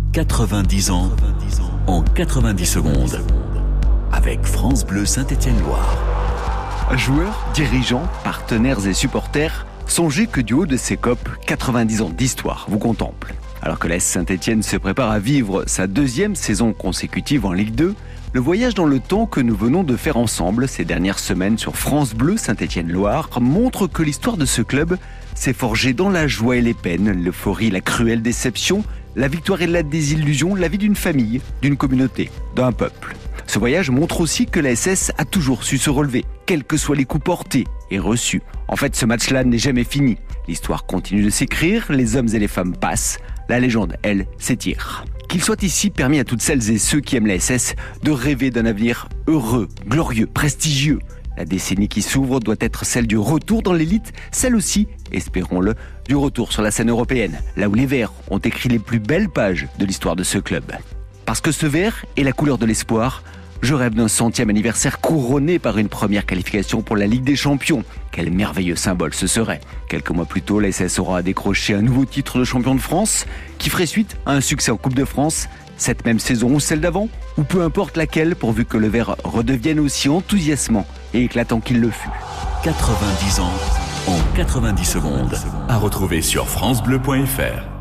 90 ans en 90 secondes. Avec France Bleu Saint-Étienne-Loire. Joueurs, dirigeants, partenaires et supporters, songez que du haut de ces copes, 90 ans d'histoire vous contemple. Alors que l'AS Saint-Étienne se prépare à vivre sa deuxième saison consécutive en Ligue 2, le voyage dans le temps que nous venons de faire ensemble ces dernières semaines sur France Bleu Saint-Étienne-Loire montre que l'histoire de ce club s'est forgée dans la joie et les peines, l'euphorie, la cruelle déception, la victoire et la désillusion, la vie d'une famille, d'une communauté, d'un peuple. Ce voyage montre aussi que la SS a toujours su se relever, quels que soient les coups portés et reçus. En fait, ce match-là n'est jamais fini. L'histoire continue de s'écrire, les hommes et les femmes passent, la légende, elle, s'étire. Qu'il soit ici permis à toutes celles et ceux qui aiment la SS de rêver d'un avenir heureux, glorieux, prestigieux. La décennie qui s'ouvre doit être celle du retour dans l'élite, celle aussi, espérons-le, du retour sur la scène européenne, là où les Verts ont écrit les plus belles pages de l'histoire de ce club. Parce que ce vert est la couleur de l'espoir, je rêve d'un 100e anniversaire couronné par une première qualification pour la Ligue des Champions. Quel merveilleux symbole ce serait. Quelques mois plus tôt, la SS aura décroché un nouveau titre de champion de France qui ferait suite à un succès en Coupe de France, cette même saison ou celle d'avant, ou peu importe laquelle, pourvu que le vert redevienne aussi enthousiasmant et éclatant qu'il le fut. 90 ans en 90 secondes. À retrouver sur francebleu.fr.